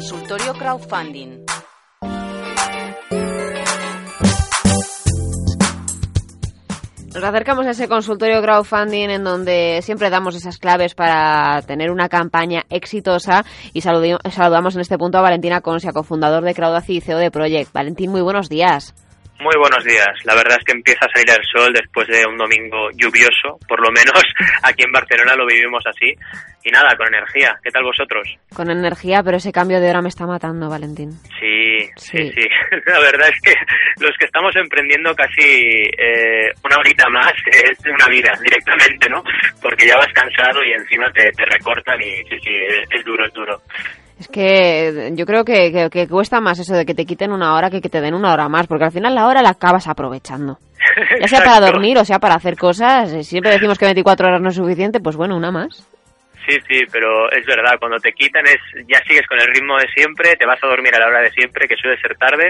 Consultorio Crowdfunding. Nos acercamos a ese consultorio crowdfunding en donde siempre damos esas claves para tener una campaña exitosa y saludamos en este punto a Valentín Aconscia, cofundador de Crowdacy y CEO de Project. Valentín, muy buenos días. Muy buenos días. La verdad es que empieza a salir el sol después de un domingo lluvioso, por lo menos aquí en Barcelona lo vivimos así. Y nada, con energía. ¿Qué tal vosotros? Con energía, pero ese cambio de hora me está matando, Valentín. Sí. La verdad es que los que estamos emprendiendo casi una horita más es una vida directamente, ¿no? Porque ya vas cansado y encima te recortan y sí, es duro. Es que yo creo que cuesta más eso de que te quiten una hora que te den una hora más, porque al final la hora la acabas aprovechando. Ya sea para dormir o sea para hacer cosas, siempre decimos que 24 horas no es suficiente, pues bueno, una más. Sí, pero es verdad, cuando te quitan ya sigues con el ritmo de siempre, te vas a dormir a la hora de siempre, que suele ser tarde,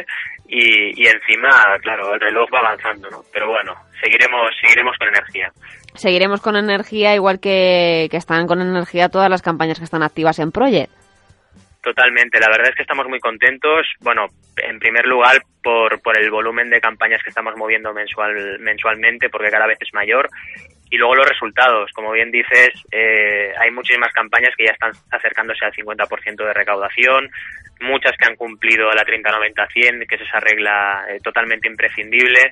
y encima, claro, el reloj va avanzando, ¿no? Pero bueno, seguiremos con energía. Seguiremos con energía, igual que están con energía todas las campañas que están activas en Project. Totalmente, la verdad es que estamos muy contentos, bueno, en primer lugar por el volumen de campañas que estamos moviendo mensualmente, porque cada vez es mayor, y luego los resultados, como bien dices, hay muchísimas campañas que ya están acercándose al 50% de recaudación, muchas que han cumplido la 30-90-100, que es esa regla totalmente imprescindible.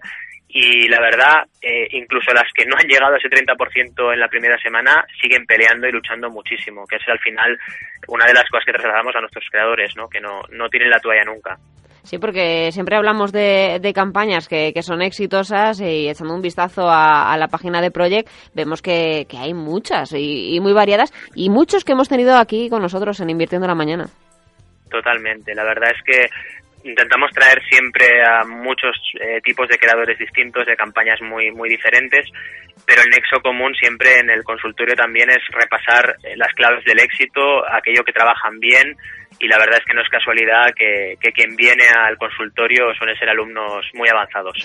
Y la verdad, incluso las que no han llegado a ese 30% en la primera semana siguen peleando y luchando muchísimo, que es al final una de las cosas que trasladamos a nuestros creadores, ¿no? Que no tienen la toalla nunca. Sí, porque siempre hablamos de campañas que son exitosas y echando un vistazo a la página de Project vemos que hay muchas y muy variadas y muchos que hemos tenido aquí con nosotros en Invirtiendo la Mañana. Totalmente, la verdad es que intentamos traer siempre a muchos tipos de creadores distintos, de campañas muy diferentes, pero el nexo común siempre en el consultorio también es repasar las claves del éxito, aquello que trabajan bien, y la verdad es que no es casualidad que quien viene al consultorio suelen ser alumnos muy avanzados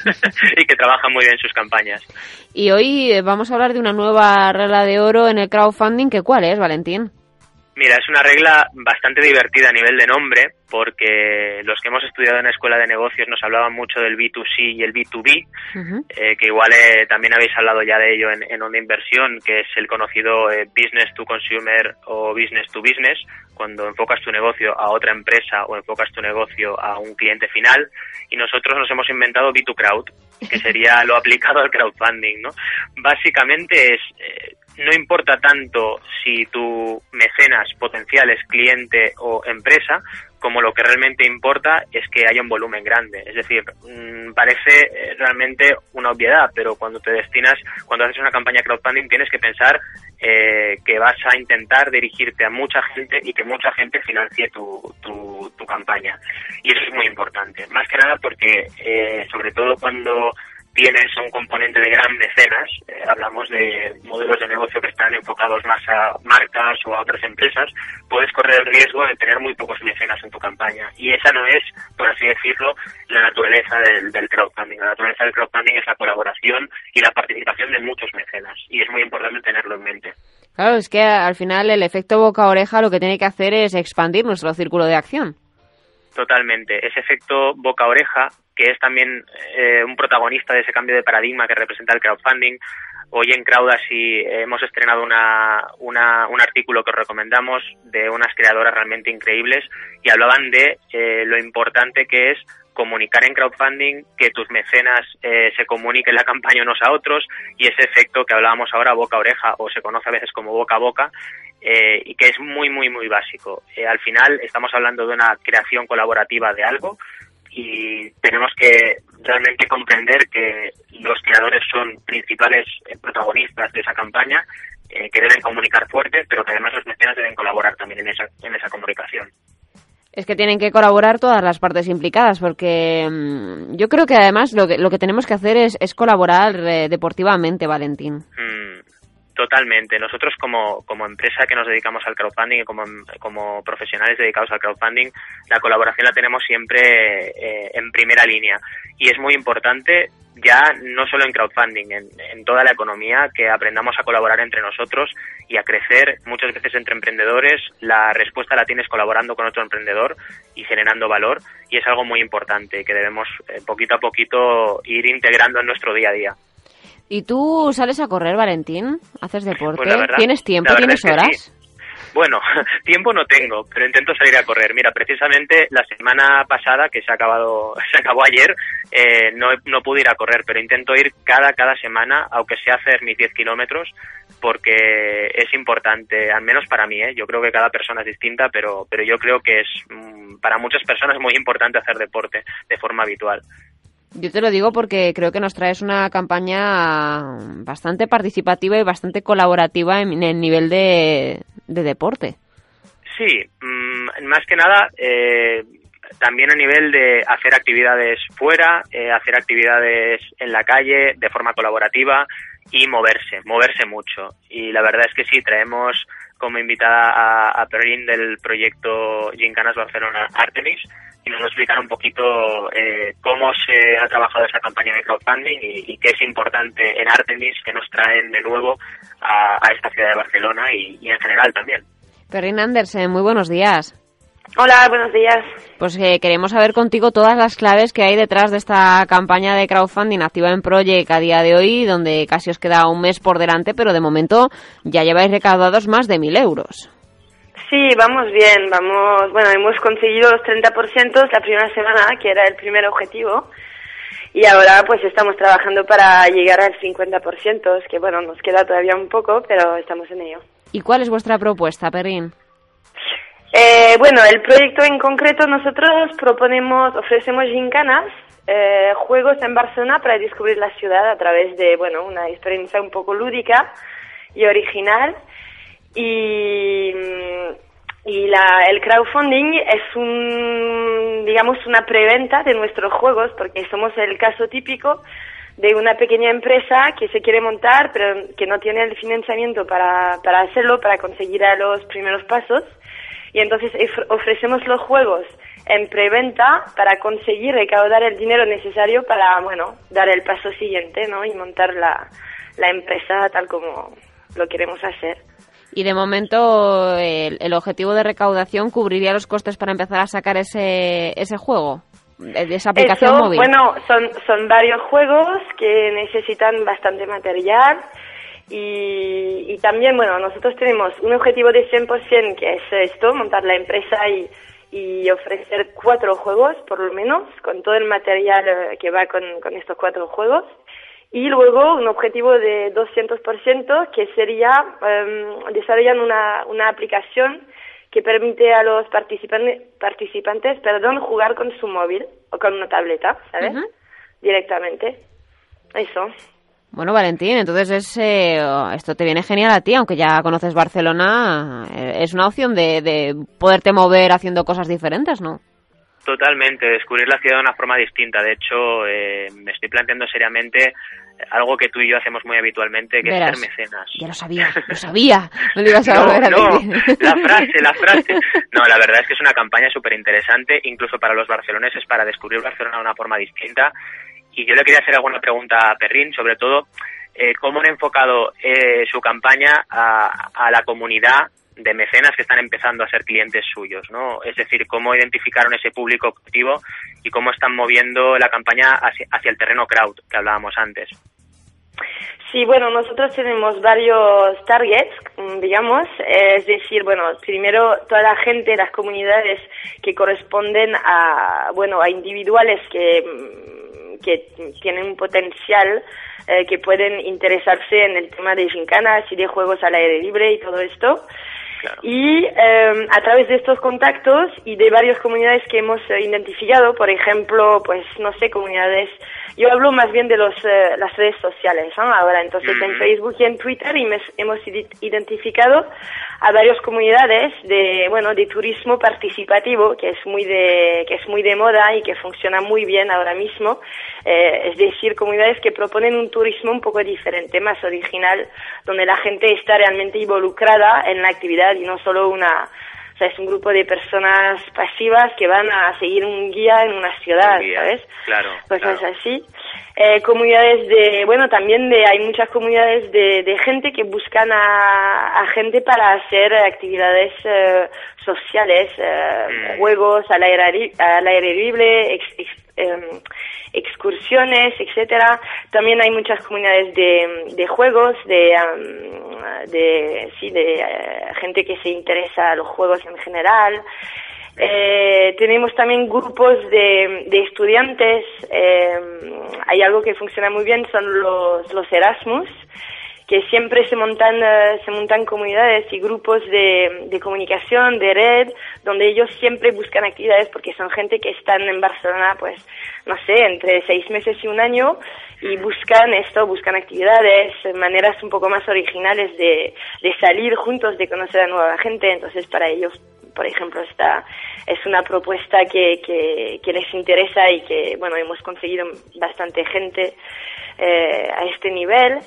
y que trabajan muy bien sus campañas. Y hoy vamos a hablar de una nueva regla de oro en el crowdfunding, que ¿cuál es, Valentín? Mira, es una regla bastante divertida a nivel de nombre, porque los que hemos estudiado en la escuela de negocios nos hablaban mucho del B2C y el B2B, que igual también habéis hablado ya de ello en Onda Inversión, que es el conocido business to consumer o business to business, cuando enfocas tu negocio a otra empresa o enfocas tu negocio a un cliente final, y nosotros nos hemos inventado B2Crowd, que sería lo aplicado al crowdfunding, ¿no? Básicamente no importa tanto si tu mecenas potencial es cliente o empresa, como lo que realmente importa es que haya un volumen grande. Es decir, parece realmente una obviedad, pero cuando haces una campaña crowdfunding tienes que pensar que vas a intentar dirigirte a mucha gente y que mucha gente financie tu campaña. Y eso es muy importante. Más que nada porque, sobre todo cuando tienes un componente de gran mecenas, hablamos de modelos de negocio que están enfocados más a marcas o a otras empresas, puedes correr el riesgo de tener muy pocos mecenas en tu campaña. Y esa no es, por así decirlo, la naturaleza del crowdfunding. La naturaleza del crowdfunding es la colaboración y la participación de muchos mecenas. Y es muy importante tenerlo en mente. Claro, es que al final el efecto boca-oreja lo que tiene que hacer es expandir nuestro círculo de acción. Totalmente. Ese efecto boca-oreja, que es también un protagonista de ese cambio de paradigma que representa el crowdfunding. Hoy en Crowdacy hemos estrenado un artículo que os recomendamos de unas creadoras realmente increíbles y hablaban de lo importante que es comunicar en crowdfunding, que tus mecenas se comuniquen la campaña unos a otros, y ese efecto que hablábamos ahora, boca-oreja, o se conoce a veces como boca-a-boca, y que es muy básico. Al final estamos hablando de una creación colaborativa de algo, y tenemos que realmente comprender que los creadores son principales protagonistas de esa campaña, que deben comunicar fuerte, pero que además los mecenas deben colaborar también en esa comunicación. Es que tienen que colaborar todas las partes implicadas, porque yo creo que además lo que tenemos que hacer es colaborar deportivamente, Valentín. Totalmente. Nosotros como empresa que nos dedicamos al crowdfunding y como profesionales dedicados al crowdfunding, la colaboración la tenemos siempre en primera línea. Y es muy importante, ya no solo en crowdfunding, en toda la economía, que aprendamos a colaborar entre nosotros y a crecer. Muchas veces entre emprendedores la respuesta la tienes colaborando con otro emprendedor y generando valor, y es algo muy importante que debemos poquito a poquito ir integrando en nuestro día a día. ¿Y tú sales a correr, Valentín? ¿Haces deporte? Pues verdad, ¿Tienes tiempo? ¿Tienes horas? Sí. Bueno, tiempo no tengo, pero intento salir a correr. Mira, precisamente la semana pasada, que se acabó ayer, no pude ir a correr, pero intento ir cada semana, aunque sea hacer mis 10 kilómetros, porque es importante, al menos para mí, yo creo que cada persona es distinta, pero yo creo que es para muchas personas muy importante hacer deporte de forma habitual. Yo te lo digo porque creo que nos traes una campaña bastante participativa y bastante colaborativa en el nivel de deporte. Sí, más que nada también a nivel de hacer actividades fuera, hacer actividades en la calle de forma colaborativa y moverse mucho. Y la verdad es que sí, traemos como invitada a Perrin del proyecto Gincanas Barcelona Artemis, y nos va a explicar un poquito cómo se ha trabajado esa campaña de crowdfunding y qué es importante en Artemis, que nos traen de nuevo a esta ciudad de Barcelona y en general también. Perrin Andersen, muy buenos días. Hola, buenos días. Pues queremos saber contigo todas las claves que hay detrás de esta campaña de crowdfunding activa en Project a día de hoy, donde casi os queda un mes por delante, pero de momento ya lleváis recaudados más de 1.000 euros. Sí, vamos bien, hemos conseguido los 30% la primera semana, que era el primer objetivo, y ahora pues estamos trabajando para llegar al 50%, es que nos queda todavía un poco, pero estamos en ello. ¿Y cuál es vuestra propuesta, Perrin? El proyecto en concreto, nosotros ofrecemos gincanas, juegos en Barcelona para descubrir la ciudad a través de, una experiencia un poco lúdica y original. Y el crowdfunding es una preventa de nuestros juegos, porque somos el caso típico de una pequeña empresa que se quiere montar, pero que no tiene el financiamiento para hacerlo, para conseguir los primeros pasos. Y entonces ofrecemos los juegos en preventa para conseguir recaudar el dinero necesario para, dar el paso siguiente, ¿no? Y montar la empresa tal como lo queremos hacer. Y de momento el objetivo de recaudación cubriría los costes para empezar a sacar ese juego, de esa aplicación móvil. Son varios juegos que necesitan bastante material y también, nosotros tenemos un objetivo de 100%, que es esto, montar la empresa y ofrecer 4 juegos por lo menos, con todo el material que va con estos 4 juegos. Y luego un objetivo de 200%, que sería desarrollar una aplicación que permite a los participantes, jugar con su móvil o con una tableta, ¿sabes? Uh-huh. Directamente. Eso. Bueno, Valentín, entonces esto te viene genial a ti, aunque ya conoces Barcelona, es una opción de poderte mover haciendo cosas diferentes, ¿no? Totalmente, descubrir la ciudad de una forma distinta. De hecho, me estoy planteando seriamente algo que tú y yo hacemos muy habitualmente, que Verás, es ser mecenas. Ya lo sabía. No lo ibas a volver a decir. La frase. No, la verdad es que es una campaña súper interesante, incluso para los barceloneses, para descubrir Barcelona de una forma distinta. Y yo le quería hacer alguna pregunta a Perrin, sobre todo, cómo han enfocado su campaña a la comunidad de mecenas que están empezando a ser clientes suyos, ¿no? Es decir, cómo identificaron ese público objetivo y cómo están moviendo la campaña hacia el terreno crowd que hablábamos antes. Sí, nosotros tenemos varios targets, digamos, es decir, primero toda la gente, las comunidades que corresponden a individuales que tienen un potencial, que pueden interesarse en el tema de gincanas y de juegos al aire libre y todo esto. Claro. Y a través de estos contactos y de varias comunidades que hemos identificado, por ejemplo, pues no sé, comunidades, yo hablo más bien de las redes sociales, ¿no? Ahora, entonces en Facebook y en Twitter hemos identificado a varias comunidades de turismo participativo, que es muy de moda y que funciona muy bien ahora mismo, es decir, comunidades que proponen un turismo un poco diferente, más original, donde la gente está realmente involucrada en la actividad y no solo o sea, es un grupo de personas pasivas que van a seguir un guía en una ciudad, ¿sabes? Claro. Cosas así. Comunidades hay muchas comunidades de gente que buscan a gente para hacer actividades sociales, juegos al aire libre, excursiones, etcétera. También hay muchas comunidades de juegos, de gente que se interesa a los juegos en general. Tenemos también grupos de estudiantes. Hay algo que funciona muy bien, son los Erasmus, que siempre se montan comunidades y grupos de comunicación, de red, donde ellos siempre buscan actividades porque son gente que están en Barcelona, pues, no sé, entre 6 meses y un año, y buscan actividades, maneras un poco más originales de salir juntos, de conocer a nueva gente. Entonces, para ellos, por ejemplo, esta es una propuesta que les interesa y que, bueno, hemos conseguido bastante gente a este nivel.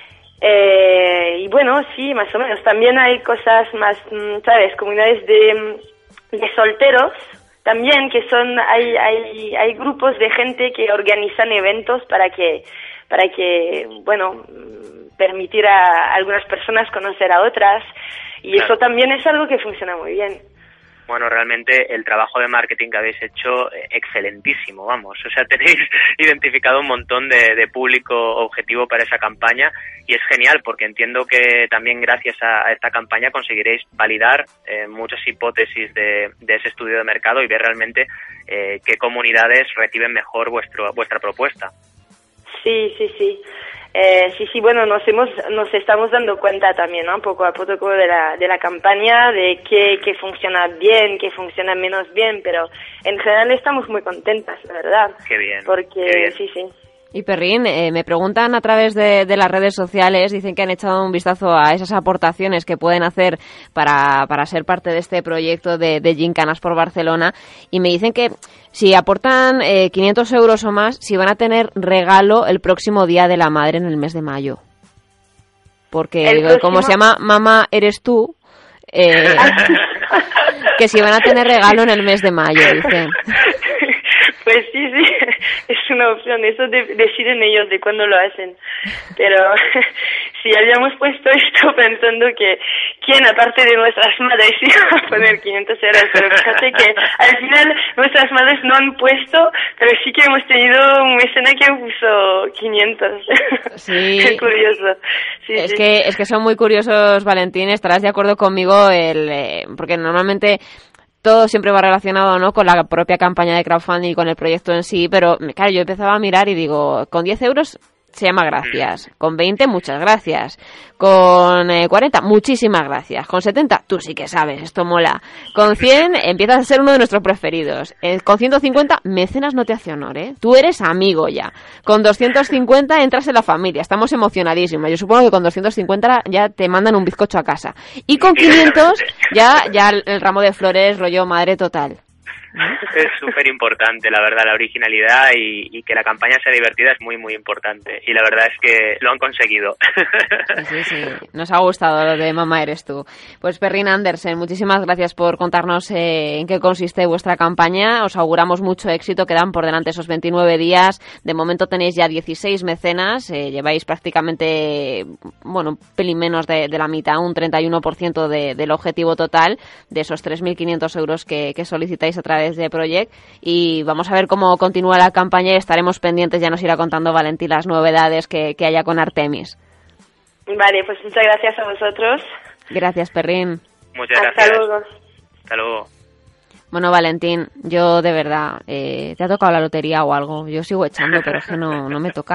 Y bueno, sí, más o menos. También hay cosas más, ¿sabes? Comunidades de solteros también, que hay grupos de gente que organizan eventos para que bueno, permitir a algunas personas conocer a otras, y claro, eso también es algo que funciona muy bien. Bueno, realmente el trabajo de marketing que habéis hecho, excelentísimo, vamos. O sea, tenéis identificado un montón de público objetivo para esa campaña, y es genial porque entiendo que también gracias a esta campaña conseguiréis validar muchas hipótesis de ese estudio de mercado y ver realmente qué comunidades reciben mejor vuestra propuesta. Sí. Sí, bueno, nos estamos dando cuenta también, ¿no? Poco a poco de la campaña, de qué funciona bien, qué funciona menos bien, pero en general estamos muy contentas, la verdad. Qué bien. Porque, qué bien. Sí. Y Perrin, me preguntan a través de las redes sociales, dicen que han echado un vistazo a esas aportaciones que pueden hacer para ser parte de este proyecto de Gincanas por Barcelona, y me dicen que si aportan 500 euros o más, si van a tener regalo el próximo Día de la Madre en el mes de mayo. Porque como se llama Mamá Eres Tú, que si van a tener regalo en el mes de mayo, dicen. Pues sí, es una opción, eso deciden ellos de cuándo lo hacen, pero sí, habíamos puesto esto pensando que quién aparte de nuestras madres iba a poner 500 euros, pero fíjate que al final nuestras madres no han puesto, pero sí que hemos tenido un mecenas que puso 500. Sí. Qué curioso. Sí, es que son muy curiosos, Valentín, estarás de acuerdo conmigo, porque normalmente todo siempre va relacionado, ¿no?, con la propia campaña de crowdfunding y con el proyecto en sí, pero claro, yo empezaba a mirar y digo, con 10 euros se llama gracias, con 20 muchas gracias, con 40 muchísimas gracias, con 70 tú sí que sabes, esto mola, con 100 empiezas a ser uno de nuestros preferidos, con 150 mecenas no te hace honor, tú eres amigo ya, con 250 entras en la familia, estamos emocionadísimos, yo supongo que con 250 ya te mandan un bizcocho a casa, y con 500 ya el ramo de flores rollo madre total. Es súper importante, la verdad, la originalidad y que la campaña sea divertida es muy, muy importante. Y la verdad es que lo han conseguido. Sí. Nos ha gustado lo de Mamá Eres Tú. Pues Perrin Andersen, muchísimas gracias por contarnos en qué consiste vuestra campaña. Os auguramos mucho éxito. Quedan por delante esos 29 días. De momento tenéis ya 16 mecenas. Lleváis prácticamente, un pelín menos de la mitad, un 31% del objetivo total de esos 3.500 euros que solicitáis a través de Project, y vamos a ver cómo continúa la campaña y estaremos pendientes, ya nos irá contando Valentín las novedades que haya con Artemis. Vale, pues muchas gracias a vosotros. Gracias, Perrin. Muchas gracias. Hasta luego. Bueno, Valentín, yo de verdad, ¿te ha tocado la lotería o algo? Yo sigo echando, pero es que no me toca.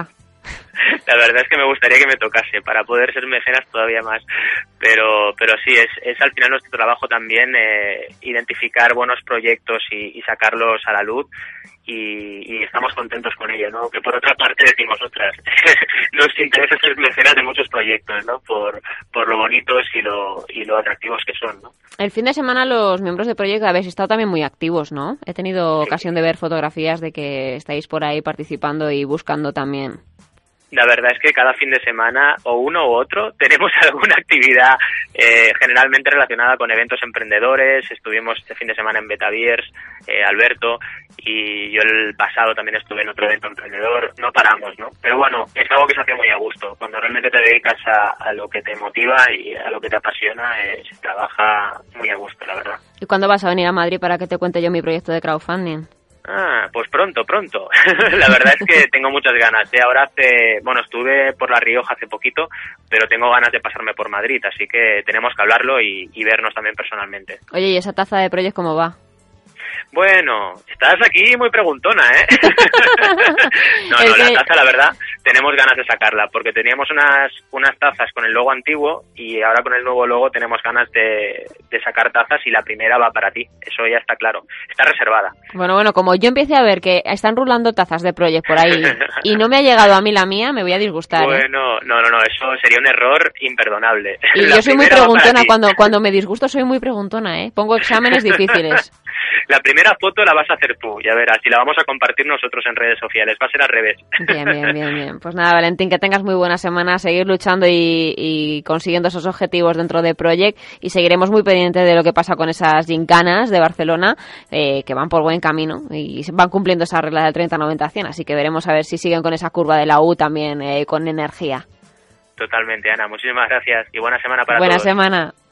La verdad es que me gustaría que me tocase para poder ser mecenas todavía más, pero sí, es al final nuestro trabajo también identificar buenos proyectos y sacarlos a la luz. Y estamos contentos con ello, ¿no? Que por otra parte decimos, otras, nos interesa ser mecenas de muchos proyectos, ¿no? Por lo bonitos y lo atractivos que son, ¿no? El fin de semana los miembros de Project habéis estado también muy activos, ¿no? He tenido ocasión de ver fotografías de que estáis por ahí participando y buscando también. La verdad es que cada fin de semana, o uno u otro, tenemos alguna actividad generalmente relacionada con eventos emprendedores. Estuvimos este fin de semana en Betaviers, Alberto, y yo el pasado también estuve en otro evento emprendedor. No paramos, ¿no? Pero bueno, es algo que se hace muy a gusto. Cuando realmente te dedicas a lo que te motiva y a lo que te apasiona, se trabaja muy a gusto, la verdad. ¿Y cuándo vas a venir a Madrid para que te cuente yo mi proyecto de crowdfunding? Pues pronto. La verdad es que tengo muchas ganas. Ahora estuve por La Rioja hace poquito, pero tengo ganas de pasarme por Madrid, así que tenemos que hablarlo y vernos también personalmente. Oye, ¿y esa taza de Project cómo va? Bueno, estás aquí muy preguntona, ¿eh? La taza, la verdad, tenemos ganas de sacarla, porque teníamos unas tazas con el logo antiguo y ahora con el nuevo logo tenemos ganas de sacar tazas y la primera va para ti, eso ya está claro, está reservada. Bueno, como yo empiece a ver que están rulando tazas de Project por ahí y no me ha llegado a mí la mía, me voy a disgustar. Bueno, no, eso sería un error imperdonable. Y yo soy muy preguntona, cuando me disgusto soy muy preguntona, ¿eh? Pongo exámenes difíciles. La primera foto la vas a hacer tú, ya verás, y la vamos a compartir nosotros en redes sociales, va a ser al revés. Bien. Pues nada, Valentín, que tengas muy buena semana, seguir luchando y consiguiendo esos objetivos dentro de Project, y seguiremos muy pendientes de lo que pasa con esas gincanas de Barcelona, que van por buen camino y van cumpliendo esa regla del 30-90-100, así que veremos a ver si siguen con esa curva de la U también con energía. Totalmente, Ana, muchísimas gracias y buena semana para todos. Buena semana.